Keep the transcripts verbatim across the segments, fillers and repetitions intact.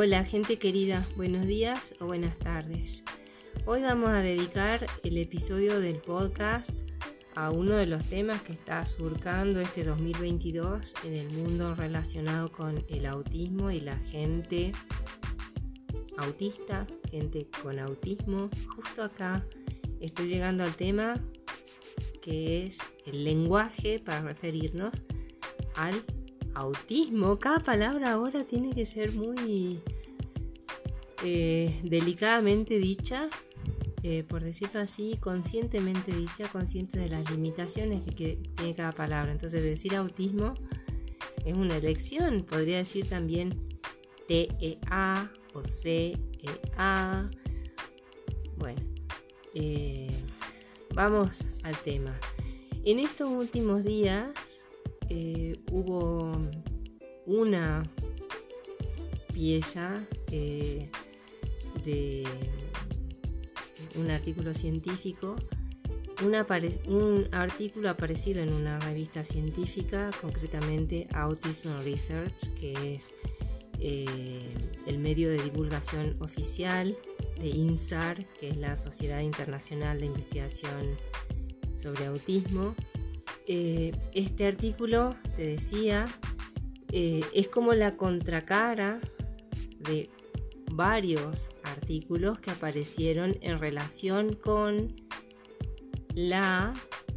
Hola gente querida, buenos días o buenas tardes. Hoy vamos a dedicar el episodio del podcast a uno de los temas que está surcando este dos mil veintidós en el mundo relacionado con el autismo y la gente autista, gente con autismo. Justo acá estoy llegando al tema que es el lenguaje para referirnos al autismo. Cada palabra ahora tiene que ser muy eh, delicadamente dicha, eh, por decirlo así, conscientemente dicha, consciente de las limitaciones que, que tiene cada palabra. Entonces decir autismo es una elección. Podría decir también T E A o C E A. Bueno, eh, vamos al tema. En estos últimos días Eh, hubo una pieza eh, de un artículo científico, una apare- un artículo aparecido en una revista científica, concretamente Autism Research, que es eh, el medio de divulgación oficial de INSAR, que es la Sociedad Internacional de Investigación sobre Autismo. Eh, este artículo, te decía, eh, es como la contracara de varios artículos que aparecieron en relación con la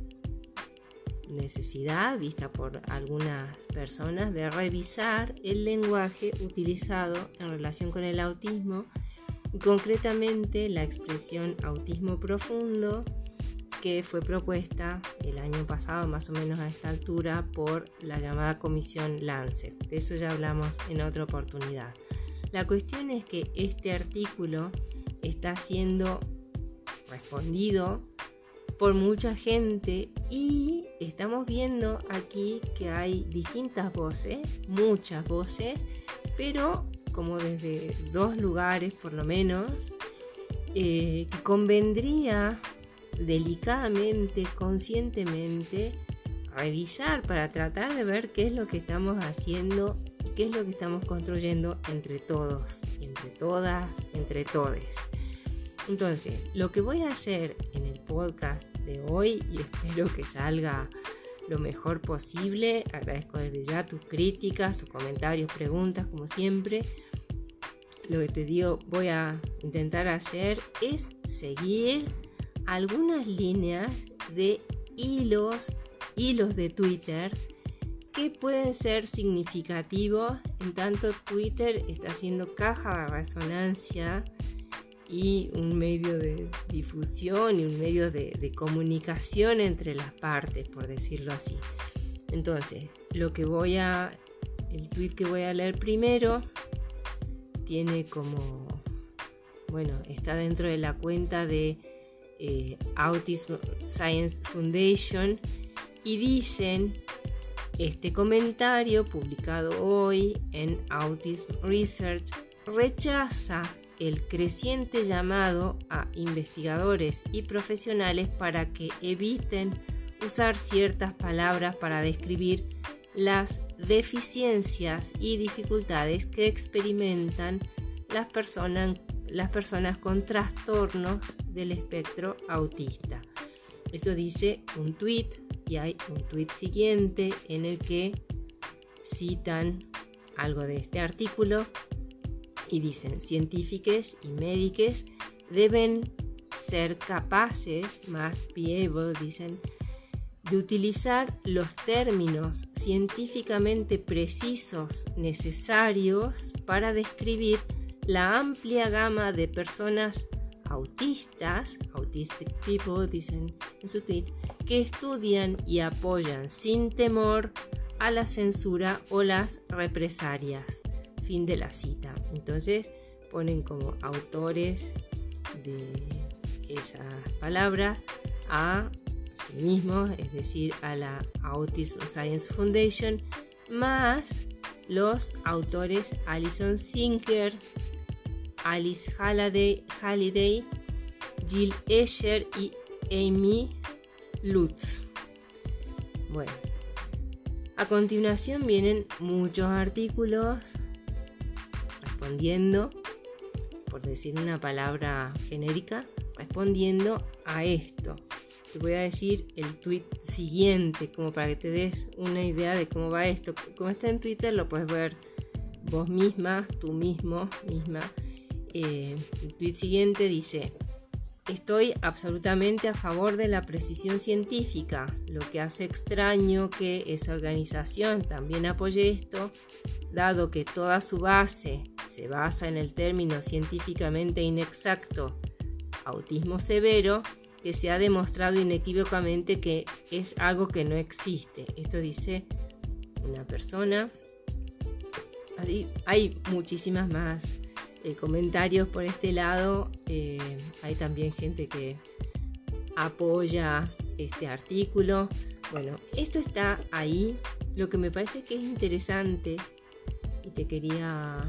necesidad vista por algunas personas de revisar el lenguaje utilizado en relación con el autismo, y concretamente la expresión autismo profundo, que fue propuesta el año pasado, más o menos a esta altura, por la llamada Comisión Lancet. De eso ya hablamos en otra oportunidad. La cuestión es que este artículo está siendo respondido por mucha gente y estamos viendo aquí que hay distintas voces, muchas voces, pero como desde dos lugares por lo menos, eh, que convendría delicadamente, conscientemente revisar para tratar de ver qué es lo que estamos haciendo y qué es lo que estamos construyendo entre todos, entre todas, entre todes. Entonces, lo que voy a hacer en el podcast de hoy, y espero que salga lo mejor posible, agradezco desde ya tus críticas, tus comentarios, preguntas, como siempre. Lo que te digo, voy a intentar hacer es seguir algunas líneas de hilos, hilos de Twitter que pueden ser significativos, en tanto Twitter está siendo caja de resonancia y un medio de difusión y un medio de, de comunicación entre las partes, por decirlo así. Entonces, lo que voy a, el tweet que voy a leer primero tiene como, bueno, está dentro de la cuenta de Eh, Autism Science Foundation y dicen: este comentario publicado hoy en Autism Research rechaza el creciente llamado a investigadores y profesionales para que eviten usar ciertas palabras para describir las deficiencias y dificultades que experimentan las personas las personas con trastornos del espectro autista. Eso dice un tweet, y hay un tweet siguiente en el que citan algo de este artículo y dicen: científicos y médicos deben ser capaces, must be able, dicen, de utilizar los términos científicamente precisos necesarios para describir la amplia gama de personas autistas, autistic people, dicen en su tweet, que estudian y apoyan sin temor a la censura o las represalias. Fin de la cita. Entonces ponen como autores de esas palabras a sí mismos, es decir, a la Autism Science Foundation, más los autores Alison Sinclair, Alice Halliday, Halliday, Jill Escher y Amy Lutz. Bueno, a continuación vienen muchos artículos respondiendo, por decir una palabra genérica, respondiendo a esto. Te voy a decir el tweet siguiente, como para que te des una idea de cómo va esto. Como está en Twitter, lo puedes ver vos misma, tú mismo, misma. Eh, el tweet siguiente dice: estoy absolutamente a favor de la precisión científica, lo que hace extraño que esa organización también apoye esto, dado que toda su base se basa en el término científicamente inexacto autismo severo, que se ha demostrado inequívocamente que es algo que no existe. Esto dice una persona. Así, hay muchísimas más eh, comentarios por este lado. Eh, hay también gente que apoya este artículo. Bueno, esto está ahí. Lo que me parece que es interesante y te quería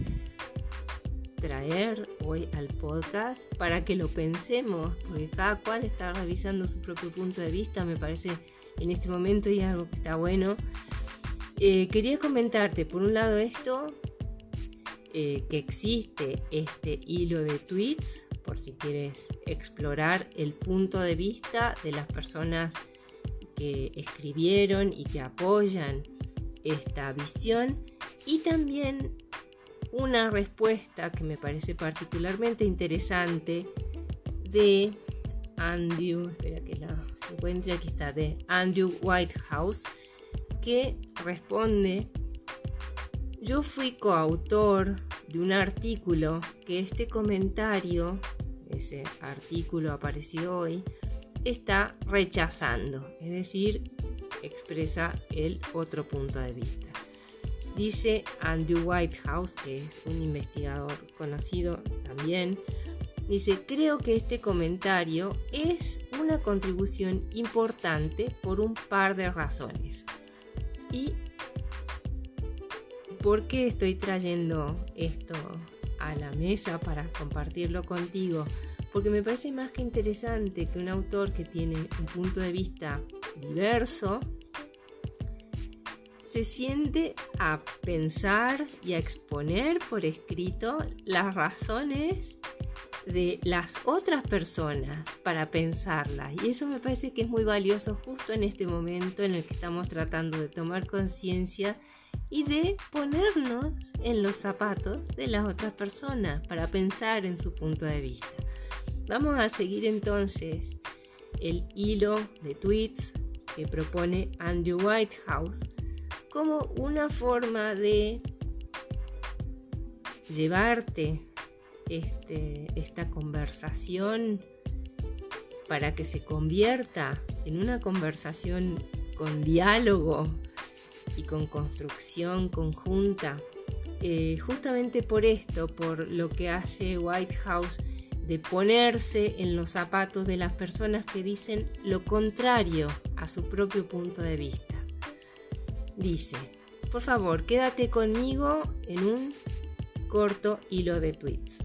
traer hoy al podcast para que lo pensemos, porque cada cual está revisando su propio punto de vista, me parece en este momento, y es algo que está bueno. Eh, quería comentarte por un lado esto, eh, que existe este hilo de tweets, por si quieres explorar el punto de vista de las personas que escribieron y que apoyan esta visión, y también una respuesta que me parece particularmente interesante de Andrew, espera que la encuentre, aquí está, de Andrew Whitehouse, que responde: yo fui coautor de un artículo que este comentario, ese artículo aparecido hoy, está rechazando, es decir, expresa el otro punto de vista. Dice Andrew Whitehouse, que es un investigador conocido también, dice: creo que este comentario es una contribución importante por un par de razones. ¿Y por qué estoy trayendo esto a la mesa para compartirlo contigo? Porque me parece más que interesante que un autor que tiene un punto de vista diverso se siente a pensar y a exponer por escrito las razones de las otras personas para pensarlas. Y eso me parece que es muy valioso justo en este momento en el que estamos tratando de tomar conciencia y de ponernos en los zapatos de las otras personas para pensar en su punto de vista. Vamos a seguir entonces el hilo de tweets que propone Andrew Whitehouse como una forma de llevarte este, esta conversación para que se convierta en una conversación con diálogo y con construcción conjunta. Eh, justamente por esto, por lo que hace Whitehouse de ponerse en los zapatos de las personas que dicen lo contrario a su propio punto de vista. Dice: por favor, quédate conmigo en un corto hilo de tweets.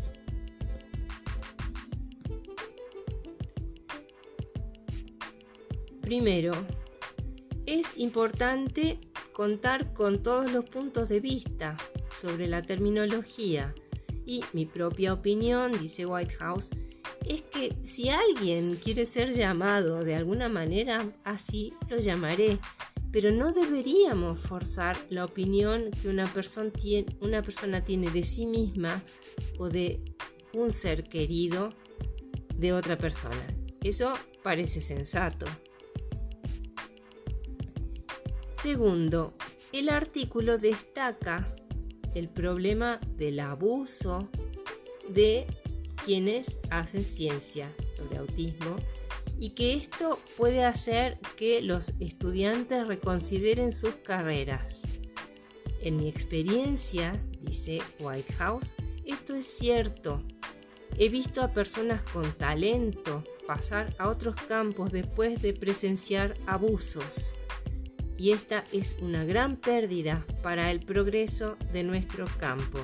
Primero, es importante contar con todos los puntos de vista sobre la terminología, y mi propia opinión, dice Whitehouse, es que si alguien quiere ser llamado de alguna manera, así lo llamaré. Pero no deberíamos forzar la opinión que una persona tiene, una persona tiene de sí misma o de un ser querido de otra persona. Eso parece sensato. Segundo, el artículo destaca el problema del abuso de quienes hacen ciencia sobre autismo, y que esto puede hacer que los estudiantes reconsideren sus carreras. En mi experiencia, dice Whitehouse, esto es cierto. He visto a personas con talento pasar a otros campos después de presenciar abusos, y esta es una gran pérdida para el progreso de nuestro campo.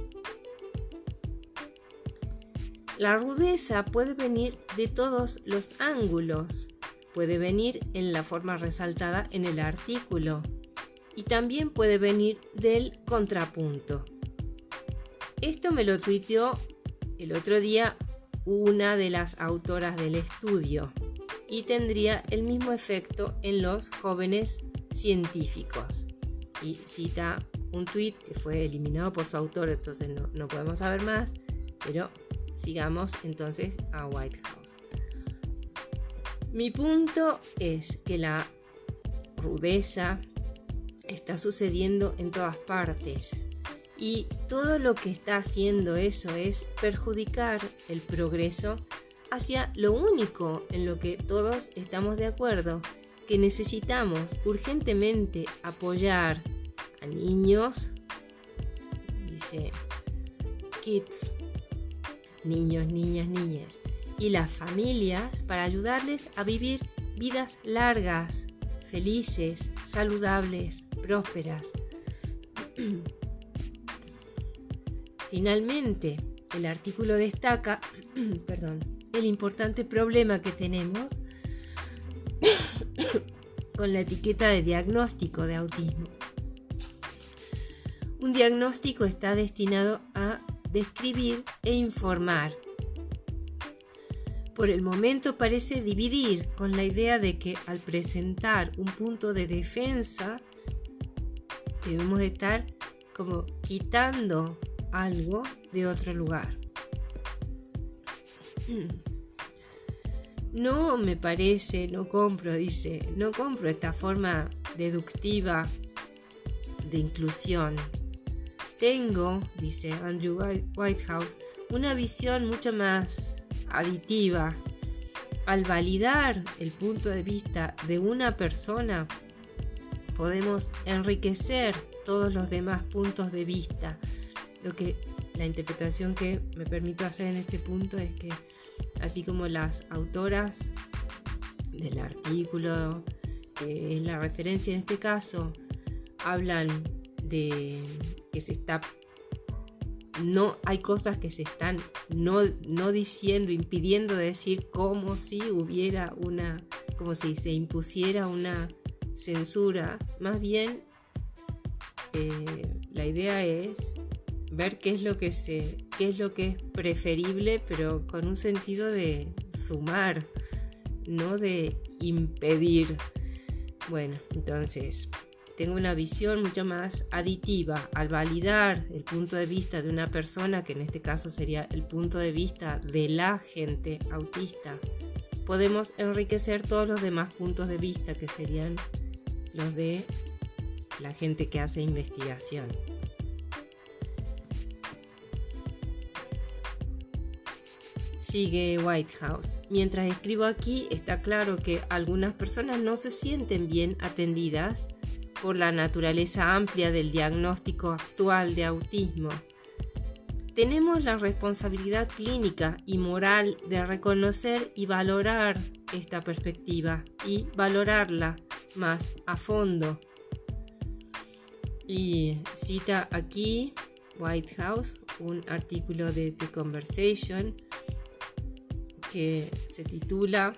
La rudeza puede venir de todos los ángulos. Puede venir en la forma resaltada en el artículo y también puede venir del contrapunto. Esto me lo tuiteó el otro día una de las autoras del estudio y tendría el mismo efecto en los jóvenes científicos. Y cita un tuit que fue eliminado por su autor, entonces no, no podemos saber más, pero sigamos entonces a White House. Mi punto es que la rudeza está sucediendo en todas partes y todo lo que está haciendo eso es perjudicar el progreso hacia lo único en lo que todos estamos de acuerdo, que necesitamos urgentemente apoyar a niños, dice kids, niños, niñas, niñas, y las familias para ayudarles a vivir vidas largas, felices, saludables, prósperas. Finalmente, el artículo destaca perdón, el importante problema que tenemos con la etiqueta de diagnóstico de autismo. Un diagnóstico está destinado a describir e informar. Por el momento parece dividir, con la idea de que al presentar un punto de defensa debemos estar como quitando algo de otro lugar. No me parece, no compro, dice, no compro esta forma deductiva de inclusión. Tengo, dice Andrew Whitehouse, una visión mucho más aditiva. Al validar el punto de vista de una persona, podemos enriquecer todos los demás puntos de vista. Lo que la interpretación que me permito hacer en este punto es que, así como las autoras del artículo, que es la referencia en este caso, hablan de que se está, no hay cosas que se están no, no diciendo, impidiendo decir, como si hubiera una, como si se impusiera una censura. Más bien, eh, la idea es ver qué es lo que se, qué es lo que es preferible, pero con un sentido de sumar, no de impedir. Bueno, entonces tengo una visión mucho más aditiva. Al validar el punto de vista de una persona, que en este caso sería el punto de vista de la gente autista, podemos enriquecer todos los demás puntos de vista, que serían los de la gente que hace investigación. Sigue Whitehouse. Mientras escribo aquí, está claro que algunas personas no se sienten bien atendidas por la naturaleza amplia del diagnóstico actual de autismo. Tenemos la responsabilidad clínica y moral de reconocer y valorar esta perspectiva y valorarla más a fondo. Y cita aquí Whitehouse un artículo de The Conversation que se titula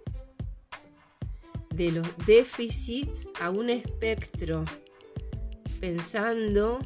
De los déficits a un espectro, pensando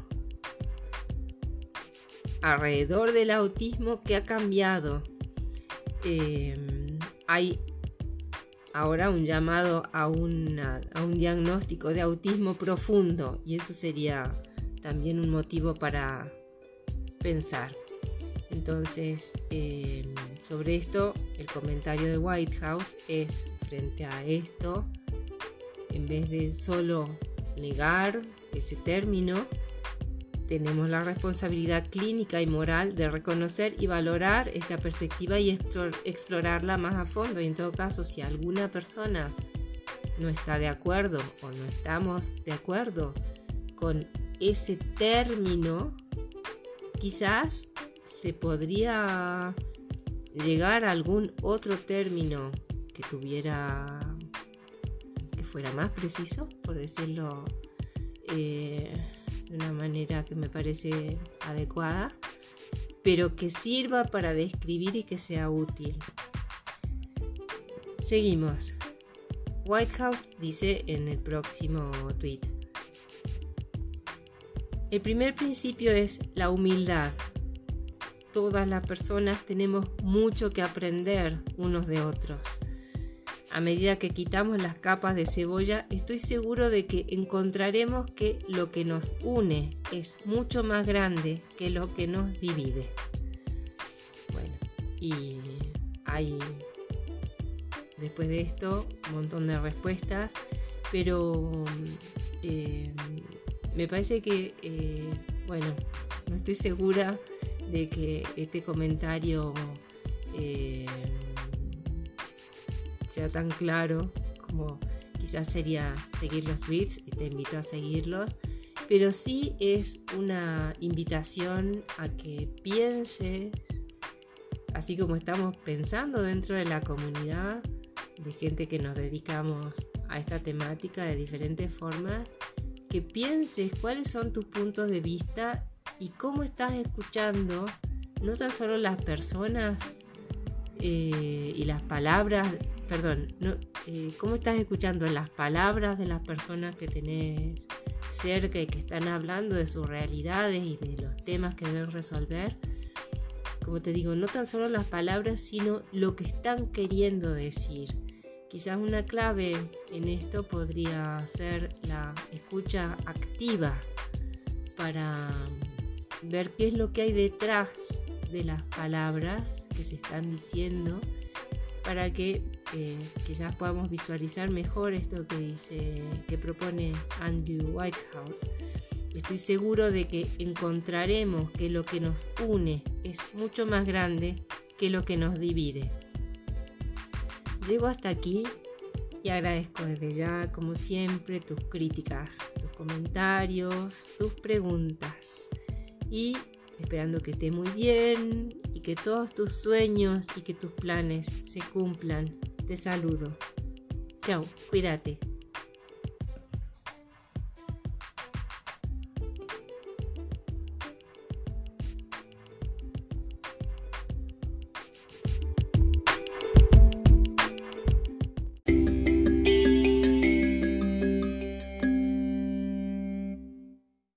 alrededor del autismo que ha cambiado. Eh, hay ahora un llamado a, una, a un diagnóstico de autismo profundo, y eso sería también un motivo para pensar. Entonces, eh, sobre esto, el comentario de Whitehouse es: frente a esto, en vez de solo negar ese término, tenemos la responsabilidad clínica y moral de reconocer y valorar esta perspectiva y explorarla más a fondo. Y en todo caso, si alguna persona no está de acuerdo o no estamos de acuerdo con ese término, quizás se podría llegar a algún otro término que tuviera, que fuera más preciso, por decirlo eh, de una manera que me parece adecuada, pero que sirva para describir y que sea útil. Seguimos. Whitehouse dice en el próximo tweet: el primer principio es la humildad. todas las personas tenemos mucho que aprender unos de otros. A medida que quitamos las capas de cebolla, estoy seguro de que encontraremos que lo que nos une es mucho más grande que lo que nos divide. Bueno, y hay después de esto un montón de respuestas, pero eh, me parece que, eh, bueno, no estoy segura de que este comentario eh, sea tan claro como quizás sería seguir los tweets, y te invito a seguirlos, pero sí es una invitación a que pienses, así como estamos pensando dentro de la comunidad de gente que nos dedicamos a esta temática de diferentes formas, que pienses cuáles son tus puntos de vista y cómo estás escuchando no tan solo las personas eh, y las palabras, perdón, no, eh, cómo estás escuchando las palabras de las personas que tenés cerca y que están hablando de sus realidades y de los temas que deben resolver. Como te digo, no tan solo las palabras, sino lo que están queriendo decir. Quizás una clave en esto podría ser la escucha activa para ver qué es lo que hay detrás de las palabras que se están diciendo, para que eh, quizás podamos visualizar mejor esto que dice, que propone Andrew Whitehouse. Estoy seguro de que encontraremos que lo que nos une es mucho más grande que lo que nos divide. Llego hasta aquí y agradezco desde ya, como siempre, tus críticas, tus comentarios, tus preguntas. Y esperando que estés muy bien y que todos tus sueños y que tus planes se cumplan. Te saludo. Chao, cuídate.